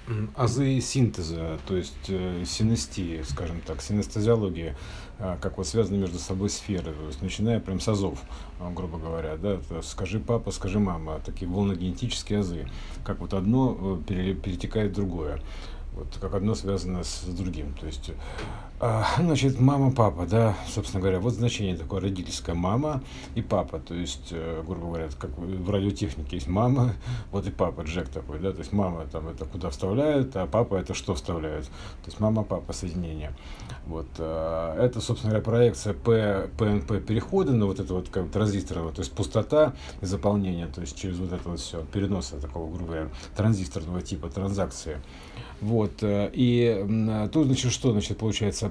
Азы синтеза, то есть синестии, скажем так, синестезиологии, как вот связаны между собой сферы, то есть начиная прям с азов, грубо говоря, да, это скажи папа, скажи мама, такие волногенетические азы, как вот одно перетекает в другое. Вот как одно связано с другим. То есть, значит, мама, папа, да, собственно говоря, вот значение такое родительское мама и папа. То есть, грубо говоря, как в радиотехнике есть мама, вот и папа, Джек такой, да, то есть мама там это куда вставляют, а папа это что вставляют. То есть мама, папа, соединение. Вот, это, собственно говоря, проекция ПНП перехода на вот это вот как бы транзисторного, то есть пустота и заполнение, то есть через вот это вот все, переноса такого, грубо говоря, транзисторного типа транзакции. Вот, тут, значит, что, значит, получается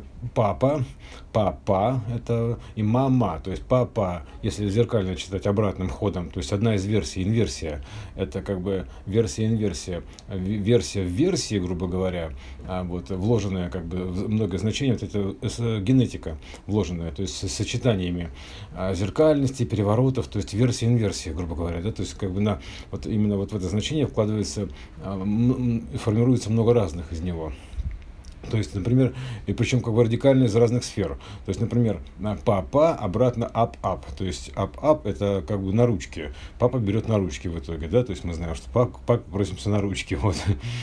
папа, это и мама, то есть папа, если зеркально читать обратным ходом, то есть одна из версий, инверсия, это как бы версия, версия в версии, грубо говоря, вот, вложенная, как бы, много значений, вот это генетика вложенная, то есть с сочетаниями зеркальности, переворотов, то есть версия, инверсия, грубо говоря, да, то есть как бы вот именно вот в это значение вкладывается, формируется много разных из него. То есть, например, и причем как бы радикально из разных сфер. То есть, например, папа обратно ап-ап. То есть ап-ап это как бы на ручки. Папа берет на ручки в итоге, да, то есть мы знаем, что папа просимся на ручки, вот.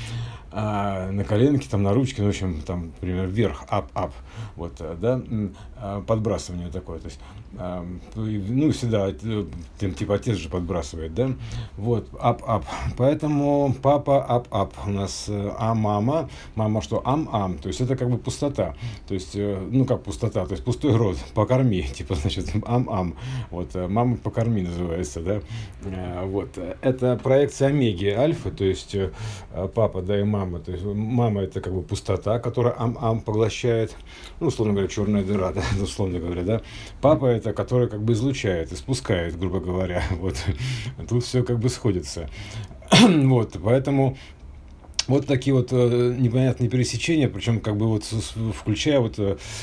А на коленке, там на ручке, ну, в общем, там, например, вверх, ап-ап, вот, да, подбрасывание такое, то есть, ну, всегда, типа, отец же подбрасывает, да, вот, ап-ап, поэтому папа ап-ап у нас, мама что, ам-ам, то есть, это как бы пустота, то есть, ну, как пустота, то есть, пустой рот, покорми, типа, значит, ам-ам, вот, мама покорми называется, да, вот, это проекция омеги, альфа, то есть, папа, да, и мама, то есть мама это как бы пустота, которая ам-ам поглощает, ну, условно говоря, черная дыра, да, условно говоря, да. Папа это, который как бы излучает, испускает, грубо говоря, вот. Тут все как бы сходится. Вот, поэтому вот такие вот непонятные пересечения, причем как бы вот включая вот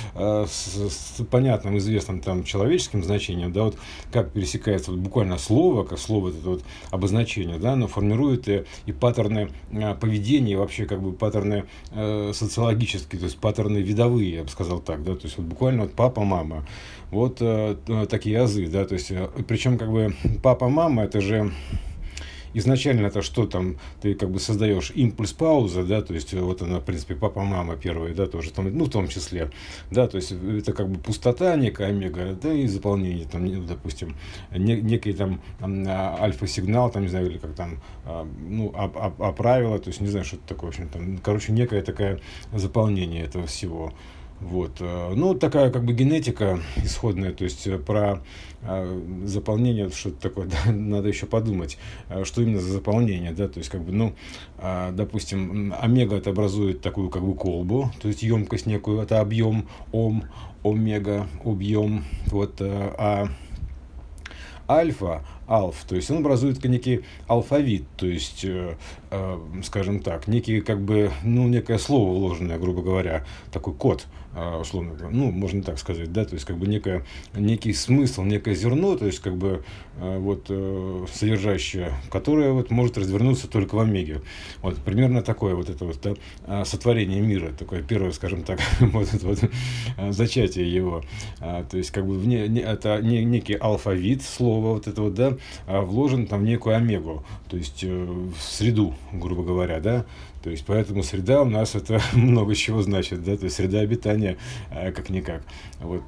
с понятным, известным там человеческим значением, да, вот как пересекается вот буквально слово, как слово это вот обозначение, да, но формирует и паттерны поведения, и вообще как бы паттерны социологические, то есть паттерны видовые, я бы сказал так, да, то есть вот буквально вот папа, мама, вот такие азы, да, то есть причем как бы папа, мама, это же изначально это что там, ты как бы создаешь импульс пауза, да, то есть вот она, в принципе, папа, мама первые, да, тоже там, ну, в том числе, да, то есть это как бы пустота некая, омега, да, и заполнение, там, допустим, некий там альфа-сигнал, там, не знаю, или как там, ну, правило, то есть не знаю, что это такое, в общем, там, короче, некое такое заполнение этого всего. Вот. Ну, такая как бы генетика исходная, то есть про заполнение, что-то такое, да, надо еще подумать, что именно за заполнение, да, то есть как бы, ну, допустим, омега это образует такую как бы колбу, то есть емкость некую, это объем, омега, объем, вот, альфа, то есть он образует некий алфавит, то есть, скажем так, некий как бы, ну, некое слово вложенное, грубо говоря, такой код, условно говоря, ну, можно так сказать, да, то есть как бы некий смысл, некое зерно, то есть как бы вот содержащее, которое вот может развернуться только в омеге. Вот примерно такое вот это вот, да, сотворение мира, такое первое, скажем так, вот это вот зачатие его, то есть как бы это некий алфавит слова вот это вот, да, вложен там в некую омегу, то есть в среду, грубо говоря, да, то есть поэтому среда у нас это много чего значит, да, то есть среда обитания как-никак, вот,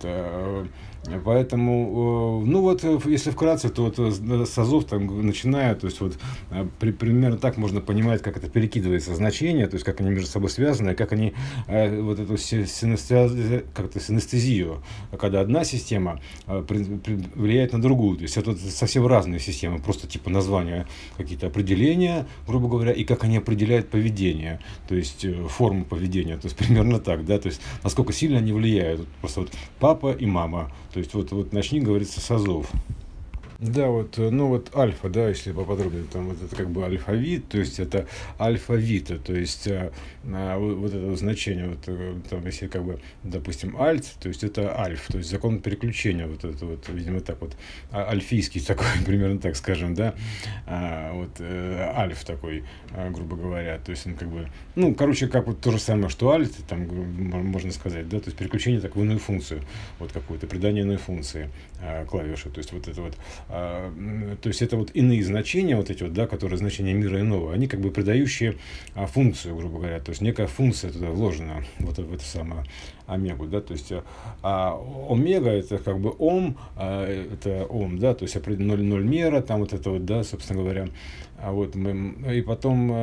поэтому, ну вот, если вкратце, то вот с азов там начиная, то есть вот примерно так можно понимать, как это перекидывается значение, то есть как они между собой связаны, как они вот эту синестезию, когда одна система влияет на другую, то есть это совсем разные системы, просто типа названия, какие-то определения, грубо говоря, и как они определяют поведение, то есть форму поведения, то есть примерно так, да, то есть насколько сильно они влияют, просто вот папа и мама, то есть вот начни, говорится, с азов. Да, вот, ну вот альфа, да, если поподробнее, там вот это как бы алфавит, то есть это альфа-вита, то есть вот это вот значение, вот там если как бы, допустим, альт, то есть это альф, то есть закон переключения, вот это вот, видимо, так вот, альфийский такой, примерно так скажем, да, вот альф такой, грубо говоря, то есть он как бы, ну, короче, как вот то же самое, что альт, там, можно сказать, да, то есть переключение так в иную функцию, вот какую-то, придание иной функции клавиши, то есть вот это вот то есть это вот иные значения, вот эти вот, да, которые значения мира иного, они как бы придающие функцию, грубо говоря, то есть некая функция туда вложена, вот в эту самую омегу, да, то есть омега это как бы это ом, да, то есть ноль мера, там вот это вот, да, собственно говоря, вот мы, и потом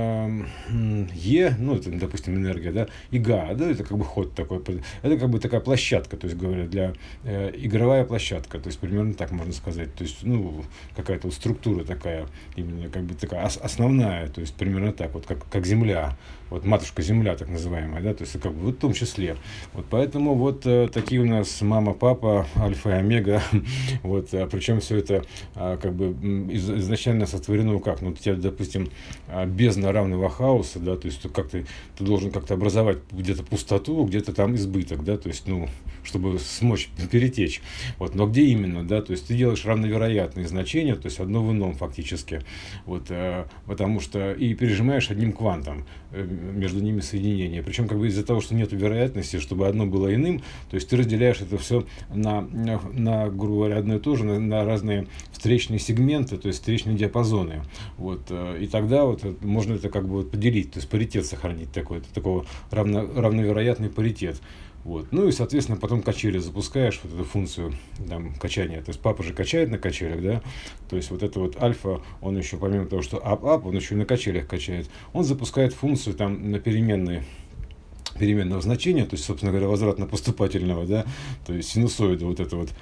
Е, ну, это, допустим, энергия, да, и Га, да, это как бы ход такой, это как бы такая площадка, то есть, говоря, для игровая площадка, то есть, примерно так можно сказать, то есть, ну, какая-то вот структура такая, именно как бы такая основная, то есть, примерно так, вот как Земля, вот матушка Земля, так называемая, да, то есть, как бы, вот в том числе, вот поэтому вот такие у нас мама, папа, альфа и омега, вот, причем все это как бы изначально сотворено как, ну, у тебя, допустим, бездна равного хаоса, да, то есть ты должен как-то образовать где-то пустоту, где-то там избыток, да, то есть, ну, чтобы смочь перетечь, вот, но где именно, да, то есть ты делаешь равновероятные значения, то есть одно в ином фактически, вот, потому что и пережимаешь одним квантом между ними соединение, причем как бы из-за того, что нет вероятности, чтобы одно было иным, то есть ты разделяешь это все грубо говоря, одно и то же, на разные встречные сегменты, то есть встречные диапазоны, вот, и тогда вот можно это как бы вот поделить, то есть паритет сохранить такой, такого равновероятный паритет. Вот. Ну и, соответственно, потом качели запускаешь, вот эту функцию там, качания. То есть папа же качает на качелях, да? То есть вот это вот альфа, он еще помимо того, что ап-ап, он еще и на качелях качает. Он запускает функцию там на переменного значения, то есть, собственно говоря, возвратно-поступательного, да, то есть синусоида, вот это вот,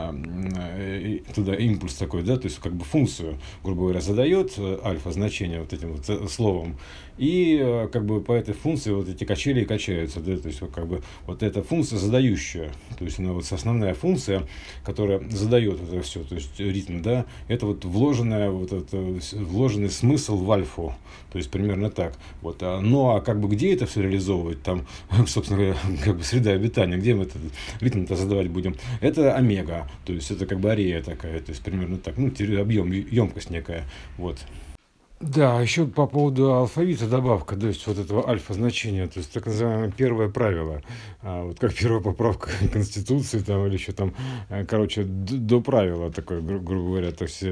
туда импульс такой, да, то есть как бы функцию, грубо говоря, задает альфа значение вот этим вот словом, и как бы по этой функции вот эти качели и качаются, да, то есть вот, как бы вот эта функция задающая, то есть она вот основная функция, которая задает это все, то есть ритм, да, это вот вложенный смысл в альфу, то есть примерно так, вот, ну а как бы где это все реализовывать, там, собственно говоря, как бы среда обитания, где мы этот ритм-то задавать будем, это омега, то есть это как бы арея такая, то есть примерно так, ну, объем, емкость некая, вот. Да, еще по поводу алфавита добавка, то есть вот этого альфа-значения, то есть так называемое первое правило, вот как первая поправка Конституции там или еще там, короче, до правила такое, грубо говоря, то есть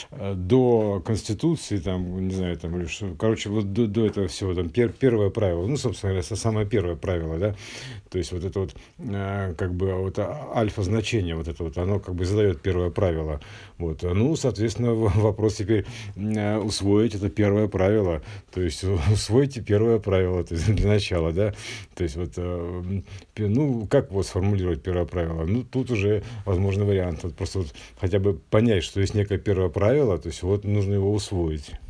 до Конституции там, не знаю, там или что, короче, вот до этого всего там первое правило, ну, собственно говоря, самое первое правило, да, то есть вот это вот как бы вот альфа-значение, вот это вот, оно как бы задает первое правило, вот, ну, соответственно, вопрос теперь усвоить это первое правило, то есть усвойте первое правило, то есть для начала, да, то есть вот, ну, как вот сформулировать первое правило, ну, тут уже возможный вариант, вот просто вот хотя бы понять, что есть некое первое правило, то есть вот нужно его усвоить.